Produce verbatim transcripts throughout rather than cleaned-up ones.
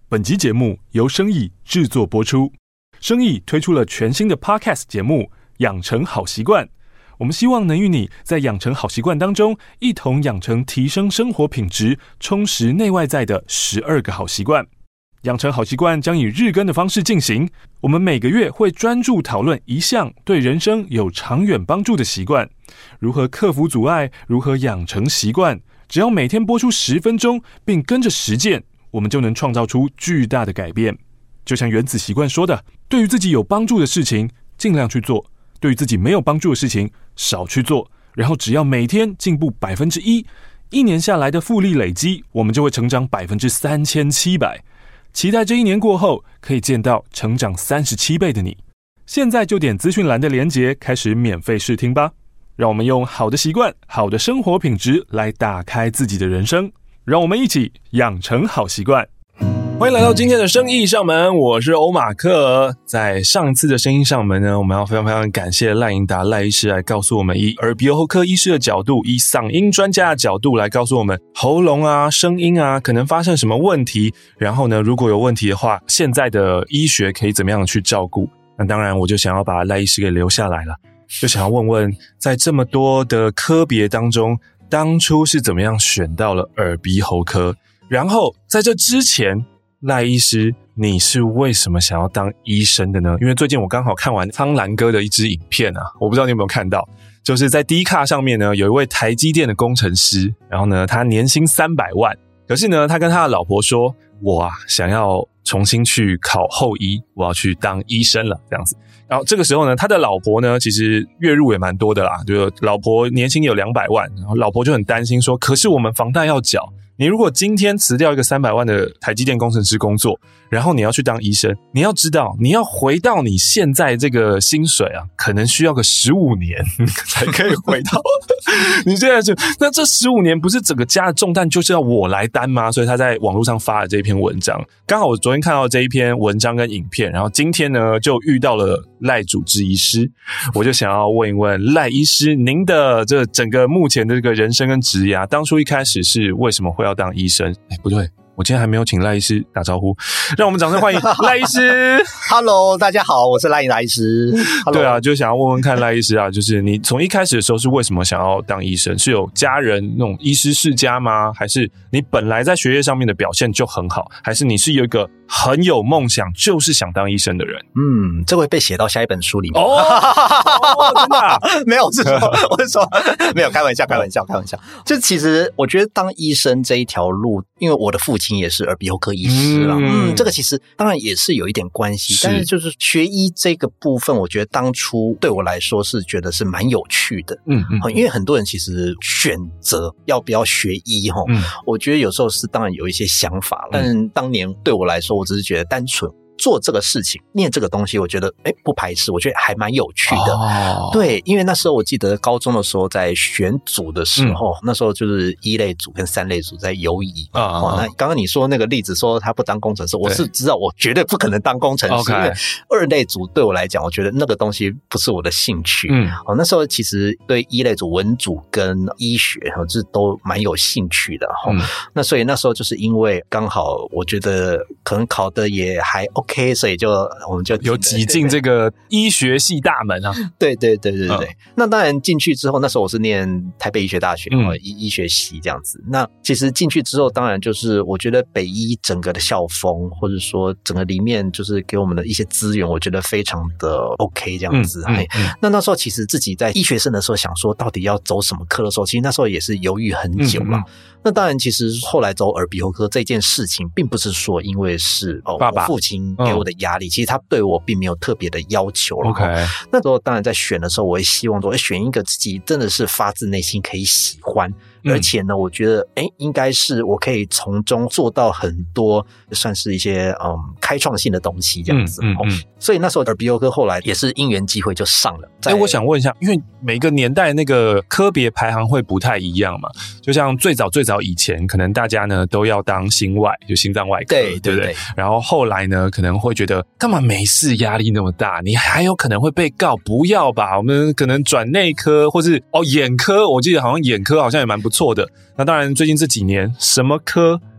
本集节目由声艺制作播出。声艺推出了全新的 Podcast 节目《养成好习惯》，我们希望能与你在养成好习惯当中，一同养成提升生活品质、充实内外在的十二个好习惯。养成好习惯将以日更的方式进行，我们每个月会专注讨论一项对人生有长远帮助的习惯，如何克服阻碍，如何养成习惯。只要每天播出十分钟，并跟着实践，我们就能创造出巨大的改变。就像原子习惯说的，对于自己有帮助的事情尽量去做，对于自己没有帮助的事情少去做，然后只要每天进步 百分之一， 一年下来的复利累积，我们就会成长 百分之三千七百。期待这一年过后，可以见到成长三十七倍的你。现在就点资讯栏的连结，开始免费试听吧。让我们用好的习惯、好的生活品质来打开自己的人生。让我们一起养成好习惯。欢迎来到今天的生意上门，我是欧马克。在上次的生意上门呢，我们要非常非常感谢赖盈达赖医师来告诉我们，以耳鼻喉科医师的角度，以嗓音专家的角度来告诉我们喉咙啊、声音啊可能发生什么问题，然后呢，如果有问题的话，现在的医学可以怎么样去照顾。那当然我就想要把赖医师给留下来了，就想要问问，在这么多的科别当中，当初是怎么样选到了耳鼻喉科？然后在这之前，赖医师，你是为什么想要当医生的呢？因为最近我刚好看完苍兰哥的一支影片啊，我不知道你有没有看到，就是在 D 卡上面呢，有一位台积电的工程师，然后呢，他年薪三百万，可是呢，他跟他的老婆说，我啊，想要重新去考后医，我要去当医生了，这样子。然后这个时候呢，他的老婆呢，其实月入也蛮多的啦，就老婆年薪有两百万，然后老婆就很担心说，可是我们房贷要缴，你如果今天辞掉一个三百万的台积电工程师工作，然后你要去当医生，你要知道，你要回到你现在这个薪水啊，可能需要个十五年才可以回到你现在就，那这十五年不是整个家的重担就是要我来担吗？所以他在网络上发了这一篇文章，刚好我昨天看到这一篇文章跟影片，然后今天呢就遇到了赖主治医师，我就想要问一问赖医师，您的这整个目前的这个人生跟职涯，当初一开始是为什么会要当医生？哎，不对，我今天还没有请赖医师打招呼，让我们掌声欢迎赖医师。 Hello， 大家好，我是赖医师。 对啊，就想要问问看赖医师啊，就是你从一开始的时候是为什么想要当医生？是有家人那种医师世家吗？还是你本来在学业上面的表现就很好？还是你是有一个很有梦想，就是想当医生的人？ 嗯，这会被写到下一本书里面。 哦，哦真的、啊、 没有，是说我是说没有，开玩笑，开玩笑，开玩笑。就其实我觉得当医生这一条路，因为我的父亲也是耳鼻喉科医师啦，嗯, 嗯，这个其实当然也是有一点关系，但是就是学医这个部分，我觉得当初对我来说是觉得是蛮有趣的，嗯嗯，因为很多人其实选择要不要学医哈、嗯，我觉得有时候是当然有一些想法，但当年对我来说，我只是觉得单纯做这个事情，念这个东西，我觉得诶不排斥，我觉得还蛮有趣的、哦、对，因为那时候我记得高中的时候在选组的时候、嗯、那时候就是一类组跟三类组在游移、嗯哦、那刚刚你说那个例子说他不当工程师，我是知道我绝对不可能当工程师，因为二类组对我来讲，我觉得那个东西不是我的兴趣、嗯哦、那时候其实对一类组文组跟医学这都蛮有兴趣的、哦嗯、那所以那时候就是因为刚好我觉得可能考的也还 OK OK， 所以就我们就有挤进这个医学系大门啊！ 对对对对对、嗯。那当然进去之后，那时候我是念台北医学大学、嗯、医医学系这样子。那其实进去之后，当然就是我觉得北医整个的校风，或者说整个里面就是给我们的一些资源，我觉得非常的 OK 这样子。嗯嗯嗯、那那时候其实自己在医学生的时候想说，到底要走什么科的时候，其实那时候也是犹豫很久了。嗯嗯那当然，其实后来走耳鼻喉科这件事情，并不是说因为是哦爸爸我父亲给我的压力、嗯，其实他对我并没有特别的要求了。OK， 那时候当然在选的时候，我也希望说，选一个自己真的是发自内心可以喜欢，嗯、而且呢，我觉得哎，应该是我可以从中做到很多，算是一些嗯开创性的东西这样子。嗯嗯嗯、所以那时候耳鼻喉科后来也是因缘机会就上了。 哎，我想问一下，因为每个年代那个科别排行会不太一样嘛，就像最早最早以前，可能大家呢都要当心外，就心脏外科， 对对不对？然后后来呢，可能会觉得干嘛没事压力那么大，你还有可能会被告，不要吧？我们可能转内科，或是哦眼科，我记得好像眼科好像也蛮不错的。那当然，最近这几年什么科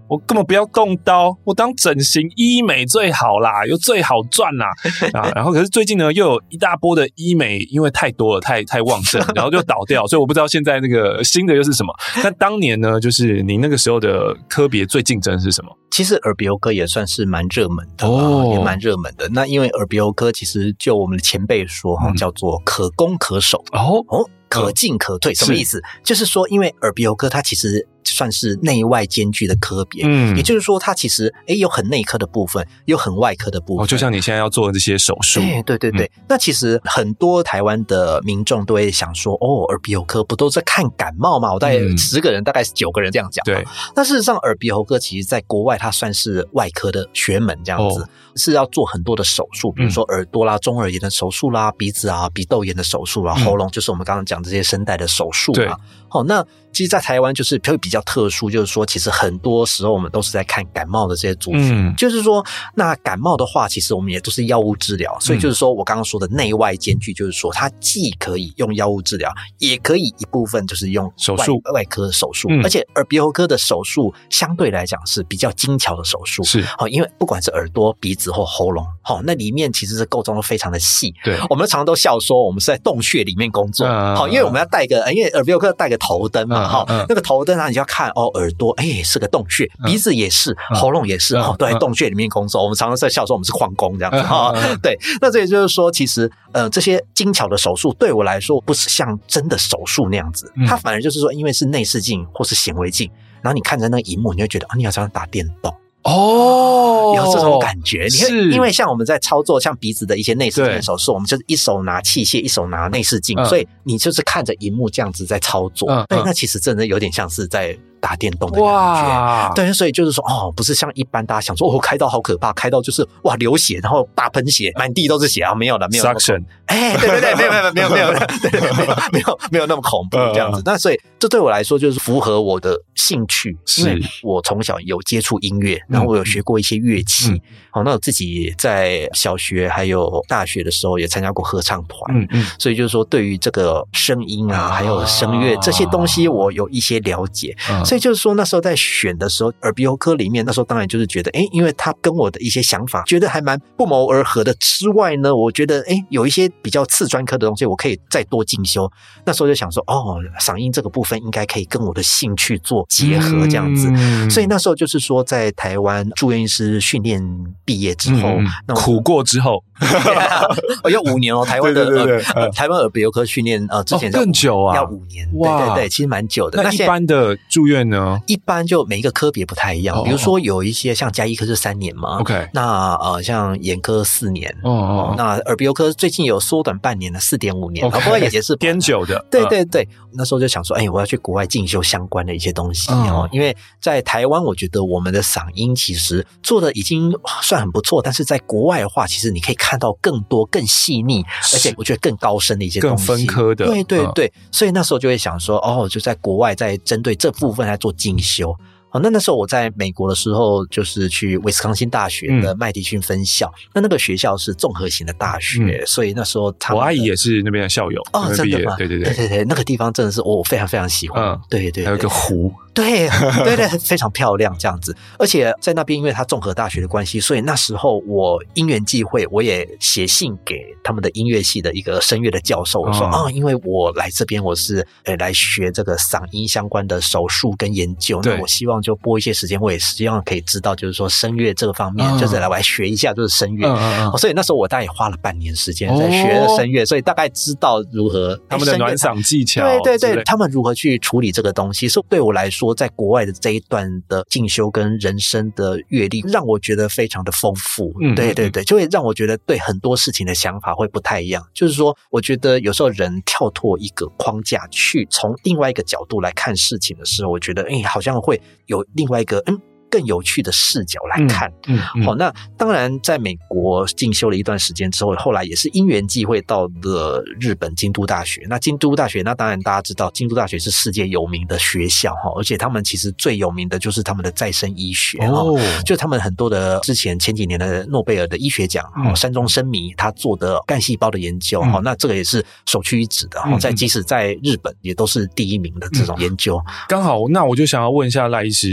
我根本不要动刀，我当整形医美最好啦，又最好赚啦啊！然后可是最近呢，又有一大波的医美，因为太多了，太太旺盛，然后就倒掉，所以我不知道现在那个新的又是什么。那当年呢，就是你那个时候的科别最竞争是什么？ 其实耳鼻喉科也算是蛮热门的，哦，也蛮热门的。那因为耳鼻喉科其实就我们的前辈说，嗯，叫做可攻可守哦哦。可进可退，什么意思？就是说，因为耳鼻喉科它其实算是内外兼具的科别，嗯，也就是说，它其实诶有很内科的部分，有很外科的部分。 哦，就像你现在要做的这些手术， 对对对对。嗯，那其实很多台湾的民众都会想说，哦，耳鼻喉科不都在看感冒吗？我大概十个人，嗯，大概九个人这样讲。 对。 那事实上，耳鼻喉科其实在国外它算是外科的学门，这样子，哦，是要做很多的手术，比如说耳朵啦、中耳炎的手术啦、鼻子啊、鼻窦炎的手术啦、喉咙，就是我们刚刚讲这些声带的手术嘛。好，那其实在台湾就是会比较特殊，就是说其实很多时候我们都是在看感冒的这些族群，嗯，就是说那感冒的话其实我们也都是药物治疗，所以就是说我刚刚说的内外兼具，就是说它既可以用药物治疗，也可以一部分就是用手术外科手术，嗯，而且耳鼻喉科的手术相对来讲是比较精巧的手术，是，因为不管是耳朵、鼻子或喉咙，那里面其实是构造都非常的细，对，我们常常都笑说我们是在洞穴里面工作，好，嗯，因为我们要戴个，因为耳鼻喉科戴个头灯嘛，哈，嗯嗯，那个头灯啊，你就要看哦，耳朵哎是个洞穴，鼻子也是，嗯，喉咙也是，嗯，哦，都在洞穴里面工作。我们常常在笑说我们是矿工这样子，哈，嗯嗯，对。那这也就是说，其实呃这些精巧的手术对我来说不是像真的手术那样子，嗯，它反而就是说，因为是内视镜或是显微镜，然后你看着那个荧幕，你会觉得啊，你好像打电动。哦，有这种感觉，你会因为像我们在操作像鼻子的一些内视镜的手术，我们就是一手拿器械，一手拿内视镜，嗯，所以你就是看着荧幕这样子在操作，嗯，对，那其实真的有点像是在打电动的感觉，对，所以就是说，哦，不是像一般大家想说，哦，开刀好可怕，开刀就是哇流血，然后大喷血，满地都是血啊，没有了，没有 suction， 哎，对对对，没有没有没有没有没有，对对，没有没有没有那么恐怖这样子。那所以这对我来说就是符合我的兴趣，因为我从小有接触音乐，然后我有学过一些乐器，嗯，好，那我自己在小学还有大学的时候也参加过合唱团，嗯嗯，所以就是说对于这个声音啊，还有声乐这些东西，我有一些了解。嗯，所以就是说那时候在选的时候，耳鼻喉科里面那时候当然就是觉得诶因为他跟我的一些想法觉得还蛮不谋而合的之外呢，我觉得诶有一些比较次专科的东西我可以再多进修。那时候就想说哦，嗓音这个部分应该可以跟我的兴趣做结合这样子，嗯，所以那时候就是说在台湾住院医师训练毕业之后，嗯， 那苦过之后哦，要五年哦，台湾的对对对对呃、台湾耳鼻喉科训练呃之前要、哦、更久啊， 要五年，对对对，其实蛮久的。 那一般的住院呢？ 一般就每一个科别不太一样，哦，比如说有一些像家医科是三年嘛 ，OK， 那呃像眼科四年，哦哦，那耳鼻喉科最近有缩短半年的四点五年， okay, 不过也是偏久的。 对对对，嗯，那时候就想说，哎，我要去国外进修相关的一些东西哦，嗯，因为在台湾，我觉得我们的嗓音其实做的已经算很不错，但是在国外的话，其实你可以看到更多、更细腻，而且我觉得更高深的一些东西， 更分科的。 对对对，嗯，所以那时候就会想说，哦，就在国外在针对这部分来做进修。哦，那那时候我在美国的时候，就是去威斯康辛大学的麦迪逊分校，嗯，那那个学校是综合型的大学，嗯，所以那时候他我阿姨也是那边的校友哦，真的吗？ 对对对对对对，那个地方真的是我非常非常喜欢，嗯，对 对, 对， 还有一个湖， 对对对，非常漂亮这样子。而且在那边，因为它综合大学的关系，所以那时候我因缘际会，我也写信给他们的音乐系的一个声乐的教授，我说啊，哦，因为我来这边我是呃来学这个嗓音相关的手术跟研究，那我希望就拨一些时间。我也希望可以知道，就是说声乐这个方面，嗯，就是来我来学一下，就是声乐，嗯嗯嗯，所以那时候我大概也花了半年时间在学声乐，哦，所以大概知道如何他们的暖嗓技巧， 对对对，他们如何去处理这个东西。所以对我来说，在国外的这一段的进修跟人生的阅历，让我觉得非常的丰富。嗯，对对对，就会让我觉得对很多事情的想法会不太一样。就是说，我觉得有时候人跳脱一个框架，去从另外一个角度来看事情的时候，我觉得哎，好像会有另外一个嗯。更有趣的视角来看，嗯，嗯，好，那当然在美国进修了一段时间之后，后来也是因缘际会到了日本京都大学。那京都大学，那当然大家知道，京都大学是世界有名的学校哈，而且他们其实最有名的就是他们的再生医学哦，就他们很多的之前前几年的诺贝尔的医学奖，嗯，山中伸弥他做的干细胞的研究，嗯，那这个也是首屈一指的，嗯，在即使在日本也都是第一名的这种研究。 刚好，那我就想要问一下赖医师。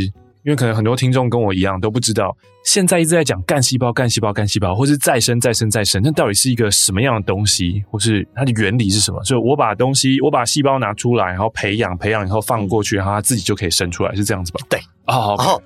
因为可能很多听众跟我一样都不知道，现在一直在讲干细胞、干细胞、干细胞，或是再生、再生、再生，那到底是一个什么样的东西，或是它的原理是什么？所以我把东西，我把细胞拿出来，然后培养，培养以后放过去，然后它自己就可以生出来，是这样子吧？ 对。 哦，好、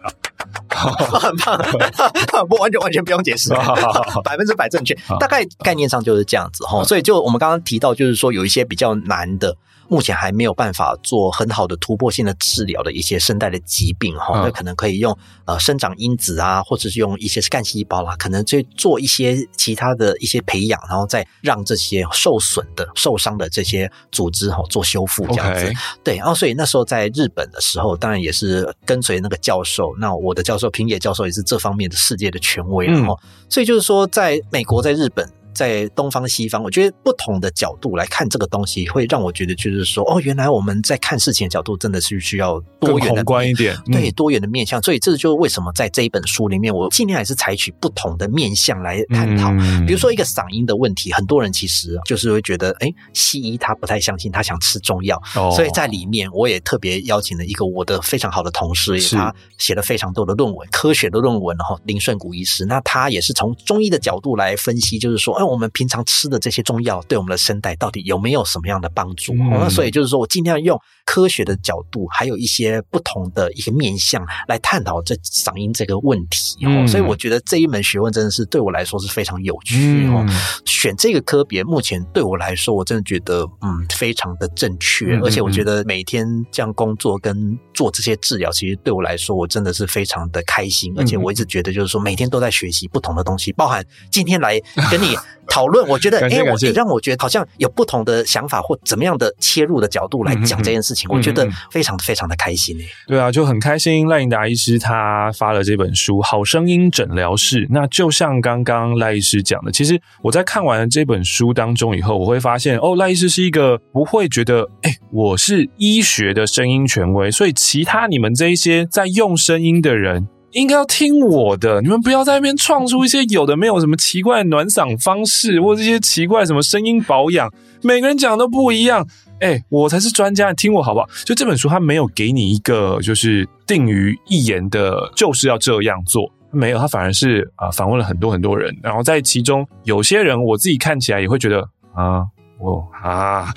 oh, 很棒，不完全完全不用解释，百分之百正确。大概概念上就是这样子哈，所以就我们刚刚提到，就是说有一些比较难的，目前还没有办法做很好的突破性的治疗的一些声带的疾病哈，那、嗯、可能可以用呃生长因子啊，或者是用一些干细胞啦，可能去做一些其他的一些培养，然后再让这些受损的、受伤的这些组织哈做修复这样子。Okay. 对，然后所以那时候在日本的时候，当然也是跟随那个教授，那我的教授平野教授也是这方面的世界的权威了哈、嗯。所以就是说，在美国、在日本。在东方西方，我觉得不同的角度来看这个东西，会让我觉得就是说，哦，原来我们在看事情的角度真的是需要多元的、 更宏观一点， 对、嗯、多元的面向。所以这就是为什么在这一本书里面，我尽量还是采取不同的面向来探讨。嗯、比如说一个嗓音的问题，很多人其实就是会觉得，哎，西医他不太相信，他想吃中药，哦、所以在里面我也特别邀请了一个我的非常好的同事，他写了非常多的论文，科学的论文，然后林顺谷医师，那他也是从中医的角度来分析，就是说，哎，我们平常吃的这些中药对我们的声带到底有没有什么样的帮助？嗯、那所以就是说我尽量用科学的角度，还有一些不同的一个面向来探讨这嗓音这个问题。嗯、所以我觉得这一门学问真的是对我来说是非常有趣。嗯、选这个科别，目前对我来说，我真的觉得嗯非常的正确。嗯、而且我觉得每天这样工作跟做这些治疗，其实对我来说，我真的是非常的开心。而且我一直觉得就是说，每天都在学习不同的东西，包含今天来跟你讨论。我觉得，哎，我让我觉得好像有不同的想法或怎么样的切入的角度来讲这件事情，嗯、我觉得非常非常的开心。 对啊，就很开心。赖盈达医师他发了这本书《好声音诊疗室》，那就像刚刚赖医师讲的，其实我在看完了这本书当中以后，我会发现，哦，赖医师是一个不会觉得，哎，我是医学的声音权威，所以其他你们这一些在用声音的人。应该要听我的，你们不要在那边创出一些有的没有什么奇怪的暖嗓方式，或者一些奇怪什么声音保养，每个人讲的都不一样。哎，我才是专家，你听我好不好？就这本书它没有给你一个就是定于一言的，就是要这样做，没有，它反而是啊、呃、访问了很多很多人，然后在其中有些人我自己看起来也会觉得啊。哦啊！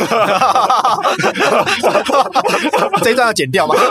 这一段要剪掉吗？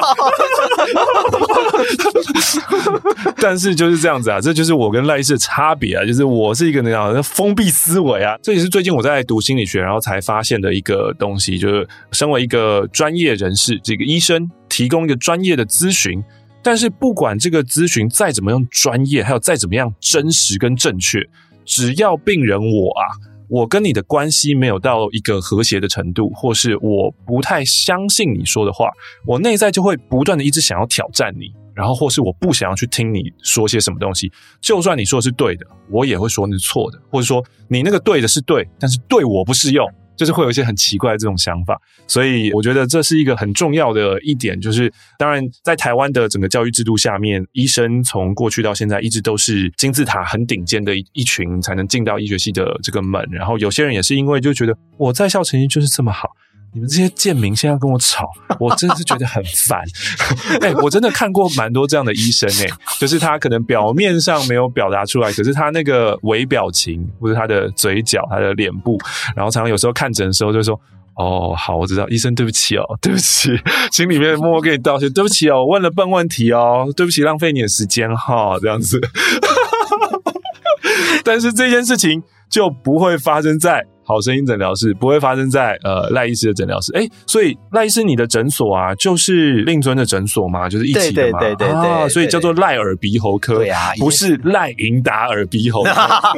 但是就是这样子啊，这就是我跟赖医师的差别啊，就是我是一个那样封闭思维啊，这也是最近我在读心理学，然后才发现的一个东西，就是身为一个专业人士，这个医生提供一个专业的咨询，但是不管这个咨询再怎么样专业，还有再怎么样真实跟正确，只要病人我啊。我跟你的关系没有到一个和谐的程度，或是我不太相信你说的话，我内在就会不断的一直想要挑战你，然后或是我不想要去听你说些什么东西，就算你说的是对的，我也会说那是错的，或者说你那个对的是对，但是对我不适用，就是会有一些很奇怪的这种想法。所以我觉得这是一个很重要的一点，就是当然在台湾的整个教育制度下面，医生从过去到现在一直都是金字塔很顶尖的一群才能进到医学系的这个门，然后有些人也是因为就觉得我在校成绩就是这么好，你们这些贱民现在跟我吵，我真的是觉得很烦。哎、欸，我真的看过蛮多这样的医生哎、欸，就是他可能表面上没有表达出来，可是他那个微表情或者他的嘴角、他的脸部，然后常常有时候看诊的时候就说。哦，好，我知道，医生，对不起哦，对不起，心里面默默跟你道歉，对不起哦，我问了笨问题哦，对不起，浪费你的时间哈，这样子。但是这件事情就不会发生在好声音诊疗室，不会发生在呃赖医师的诊疗室。诶，所以赖医师你的诊所啊，就是令尊的诊所嘛，就是一起的嘛， 对对对对对、 啊，所以叫做赖耳鼻喉科， 对啊， 不是赖盈达耳鼻喉科。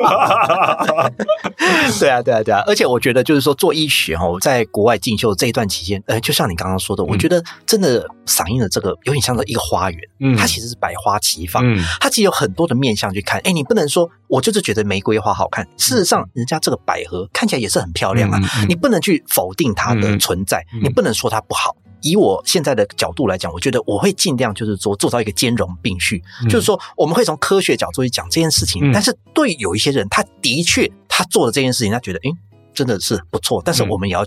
对啊，对啊，对啊，而且我觉得就是说做医学哦，在国外进修这一段期间，呃，就像你刚刚说的，我觉得真的嗓音的这个有点像一个花园，嗯，它其实是百花齐放，嗯，它其实有很多的面向去看。哎，你不能说我就是觉得玫瑰花好看，事实上人家这个百合看起来也是很漂亮啊，嗯嗯、你不能去否定它的存在，嗯、你不能说它不好。以我现在的角度来讲，我觉得我会尽量就是说做到一个兼容并蓄，嗯、就是说我们会从科学角度去讲这件事情，嗯、但是对有一些人，他的确他做的这件事情，他觉得诶真的是不错，但是我们也要去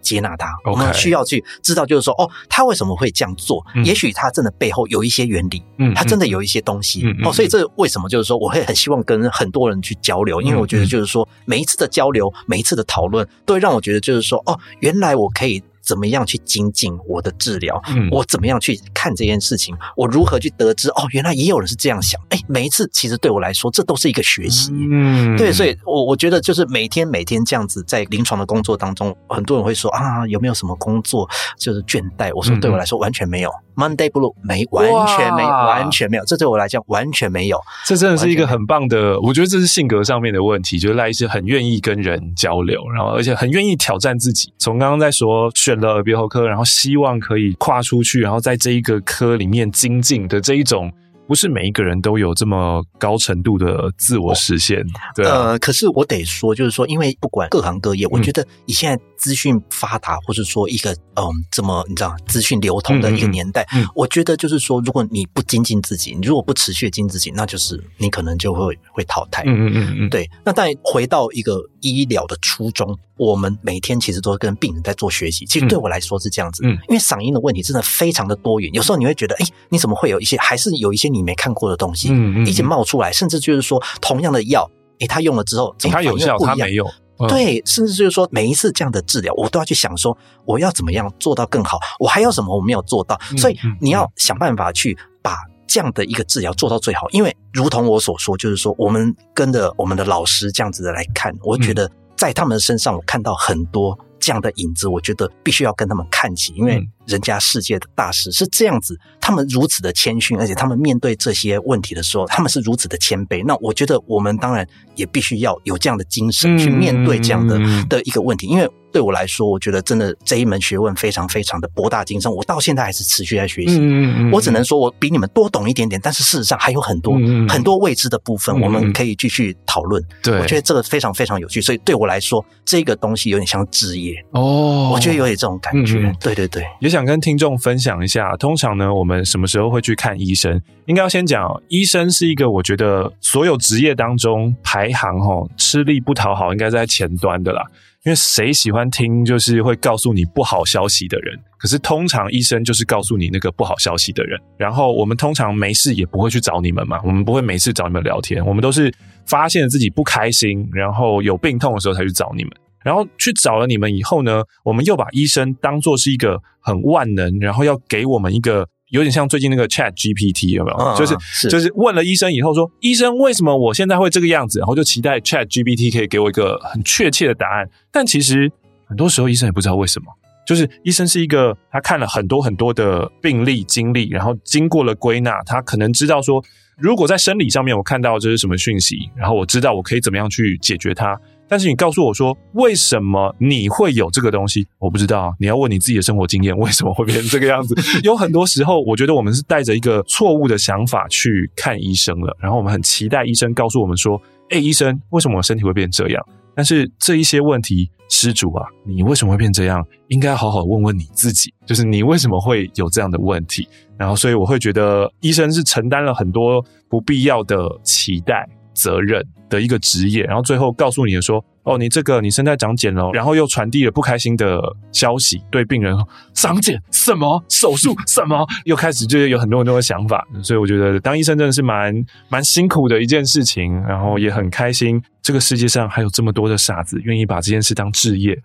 接纳他， Okay. 我们需要去知道就是说哦，他为什么会这样做、嗯、也许他真的背后有一些原理，嗯，他真的有一些东西、嗯、哦，所以这为什么就是说我会很希望跟很多人去交流，因为我觉得就是说每一次的交流，每一次的讨论都会让我觉得就是说哦，原来我可以怎么样去精进我的治疗、嗯、我怎么样去看这件事情，我如何去得知哦，原来也有人是这样想，哎，每一次其实对我来说这都是一个学习，嗯，对，所以我我觉得就是每天每天这样子在临床的工作当中，很多人会说啊，有没有什么工作就是倦怠，我说对我来说完全没有、嗯、Monday Blue 没，完全没有，完全没有，这对我来讲完全没有， 这真的是一个很棒的，我觉得这是性格上面的问题，就是赖医师很愿意跟人交流，然后而且很愿意挑战自己，从刚刚在说选了耳鼻喉科，然后希望可以跨出去，然后在这一个科里面精进的这一种，不是每一个人都有这么高程度的自我实现，对啊。 呃，可是我得说，就是说，因为不管各行各业，我觉得以现在资讯发达，或者说一个嗯这么你知道资讯流通的一个年代、嗯嗯嗯，我觉得就是说，如果你不精进自己，你如果不持续精进自己，那就是你可能就会会淘汰。嗯嗯嗯嗯，对。那但回到一个医疗的初衷，我们每天其实都跟病人在做学习。其实对我来说是这样子，嗯，因为嗓音的问题真的非常的多元，有时候你会觉得，哎，你怎么会有一些，还是有一些你没看过的东西，嗯嗯，一起冒出来，甚至就是说，同样的药，哎，他用了之后， 他有效，他没有。 嗯、对，甚至就是说每一次这样的治疗，我都要去想说，我要怎么样做到更好，我还有什么我没有做到，嗯、所以你要想办法去把这样的一个治疗做到最好。因为如同我所说，就是说我们跟着我们的老师这样子的来看，我觉得在他们身上我看到很多这样的影子，我觉得必须要跟他们看齐，因为人家世界的大师是这样子，他们如此的谦逊，而且他们面对这些问题的时候，他们是如此的谦卑。那我觉得我们当然也必须要有这样的精神去面对这样的、嗯、的一个问题，因为对我来说，我觉得真的这一门学问非常非常的博大精深，我到现在还是持续在学习。嗯、我只能说我比你们多懂一点点，但是事实上还有很多、嗯、很多未知的部分，我们可以继续讨论。对，我觉得这个非常非常有趣，所以对我来说，这个东西有点像职业哦，我觉得有点这种感觉。嗯、对对对， 也想跟听众分享一下，通常呢，我们什么时候会去看医生？应该要先讲，医生是一个我觉得所有职业当中排行齁吃力不讨好，应该在前端的啦。因为谁喜欢听就是会告诉你不好消息的人，可是通常医生就是告诉你那个不好消息的人，然后我们通常没事也不会去找你们嘛，我们不会没事找你们聊天，我们都是发现自己不开心，然后有病痛的时候才去找你们，然后去找了你们以后呢，我们又把医生当作是一个很万能，然后要给我们一个有点像最近那个 Chat G P T 有没有、嗯、就是是就是问了医生以后说，医生为什么我现在会这个样子，然后就期待 Chat G P T 可以给我一个很确切的答案，但其实很多时候医生也不知道为什么，就是医生是一个他看了很多很多的病例经历，然后经过了归纳，他可能知道说如果在生理上面我看到这是什么讯息，然后我知道我可以怎么样去解决它，但是你告诉我说为什么你会有这个东西，我不知道，你要问你自己的生活经验为什么会变成这个样子。有很多时候我觉得我们是带着一个错误的想法去看医生了，然后我们很期待医生告诉我们说，诶，医生为什么我身体会变这样，但是这一些问题，施主啊，你为什么会变这样，应该好好问问你自己，就是你为什么会有这样的问题。然后所以我会觉得医生是承担了很多不必要的期待责任的一个职业，然后最后告诉你说，哦，你这个你声带长茧了，然后又传递了不开心的消息，对病人长茧什么手术什么，又开始就是有很多很多的想法。所以我觉得当医生真的是蛮蛮辛苦的一件事情，然后也很开心这个世界上还有这么多的傻子愿意把这件事当志业。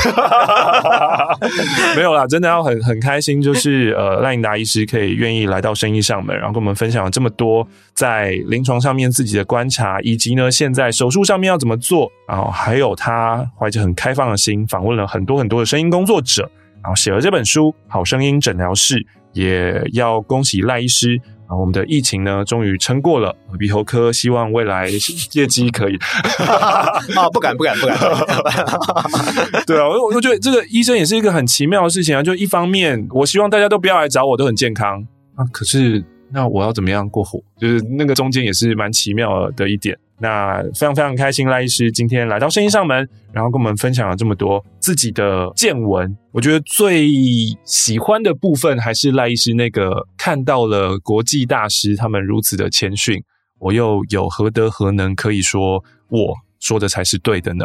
没有啦，真的要很很开心，就是呃赖盈达医师可以愿意来到生意上门，然后跟我们分享了这么多在临床上面自己的观察，以及呢现在手术上面要怎么做，然后还有他怀着很开放的心访问了很多很多的声音工作者，然后写了这本书《好声音诊疗室》，也要恭喜赖医师啊，我们的疫情呢终于撑过了，耳鼻喉科希望未来业绩可以啊，不敢不敢不敢对啊，我我觉得这个医生也是一个很奇妙的事情啊，就一方面我希望大家都不要来找我，都很健康啊，可是那我要怎么样过活，就是那个中间也是蛮奇妙的一点。那非常非常开心赖医师今天来到声音上门，然后跟我们分享了这么多自己的见闻。我觉得最喜欢的部分还是赖医师那个看到了国际大师他们如此的谦逊，我又有何德何能可以说我说的才是对的呢？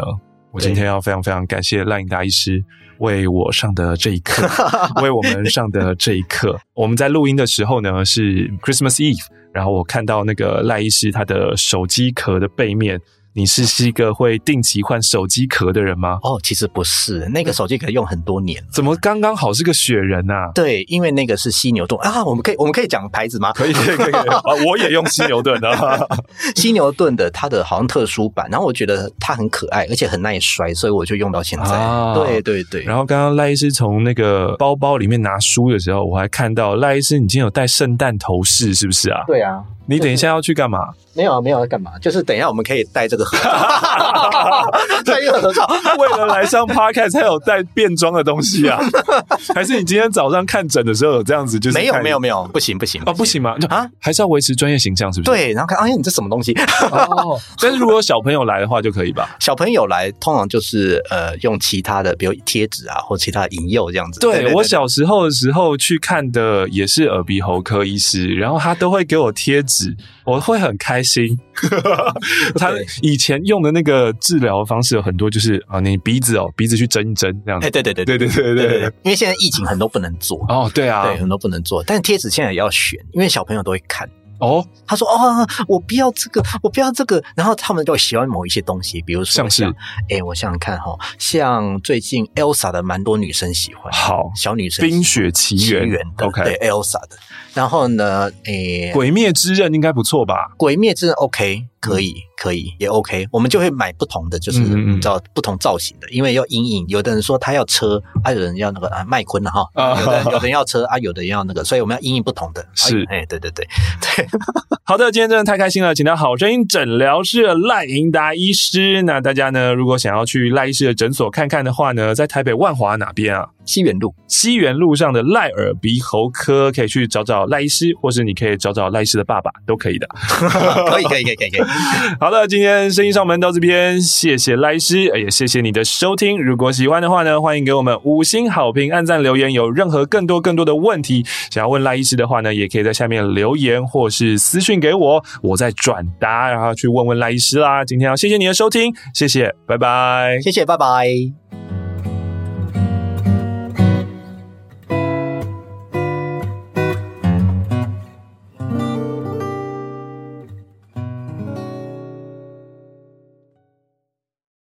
我今天要非常非常感谢赖颖达医师为我上的这一课，为我们上的这一课。我们在录音的时候呢是 Christmas Eve， 然后我看到那个赖医师他的手机壳的背面。你是是一个会定期换手机壳的人吗？ 哦，其实不是，那个手机壳用很多年， 怎么刚刚好是个雪人啊？ 对，因为那个是犀牛盾啊，我们可以我们可以讲牌子吗？ 可以可以可以啊，我也用犀牛盾的。 犀牛盾的它的好像特殊版，然后我觉得它很可爱，而且很耐摔，所以我就用到现在。啊、对对对。 然后刚刚赖医师从那个包包里面拿书的时候，我还看到赖医师你今天有戴圣诞头饰，是不是啊？ 对啊。 你等一下要去干嘛？ 没有啊，没有要干嘛，就是等一下我们可以带这个合照，带一个合照， 为了来上 podcast 才有带变装的东西啊？还是你今天早上看诊的时候有这样子？就是没有没有没有，不行不行哦，不行吗？啊，还是要维持专业形象，是不是？ 对，然后看，哎，你这什么东西？ 哦，但是如果小朋友来的话就可以吧？ 小朋友来通常就是呃用其他的，比如贴纸啊，或其他的引诱这样子。 对，对对对，我小时候的时候去看的也是耳鼻喉科医师，然后他都会给我贴纸。我会很开心。他以前用的那个治疗方式有很多，就是啊，你鼻子哦，鼻子去针一针这样子。 哎，对对对对对对对对对， 因为现在疫情很多不能做哦，对啊， 对，很多不能做，但是贴纸现在也要选，因为小朋友都会看。 哦， 他说哦，我不要这个，我不要这个，然后他们就喜欢某一些东西，比如说像是， 哎，我想想看哈、哦，像最近 Elsa 的蛮多女生喜欢， 好， 小女生， 冰雪奇缘的 ，OK， 对 Elsa 的，然后呢，诶， 鬼灭之刃应该不错吧？ 鬼灭之刃 OK， 可以。嗯可以也 OK， 我们就会买不同的，就是你知道不同造型的，因为要阴影。有的人说他要车啊，有人要那个啊麦昆的哈，有的有人要车啊，有的人要那个，所以我们要阴影不同的。 是， 哎，对对对对。 好的，今天真的太开心了，请到好声音诊疗室的赖盈达医师。那大家呢，如果想要去赖医师的诊所看看的话呢，在台北万华哪边啊？ 西园路， 西园路上的赖耳鼻喉科可以去找找赖医师，或是你可以找找赖医师的爸爸，都可以的。 可以可以可以可以可以。 好的，今天生意上门到这边，谢谢赖医师，也谢谢你的收听。如果喜欢的话呢，欢迎给我们五星好评、按赞、留言。有任何更多更多的问题想要问赖医师的话呢，也可以在下面留言或是私讯给我，我再转达，然后去问问赖医师啦。今天要谢谢你的收听，谢谢，拜拜， 谢谢，拜拜。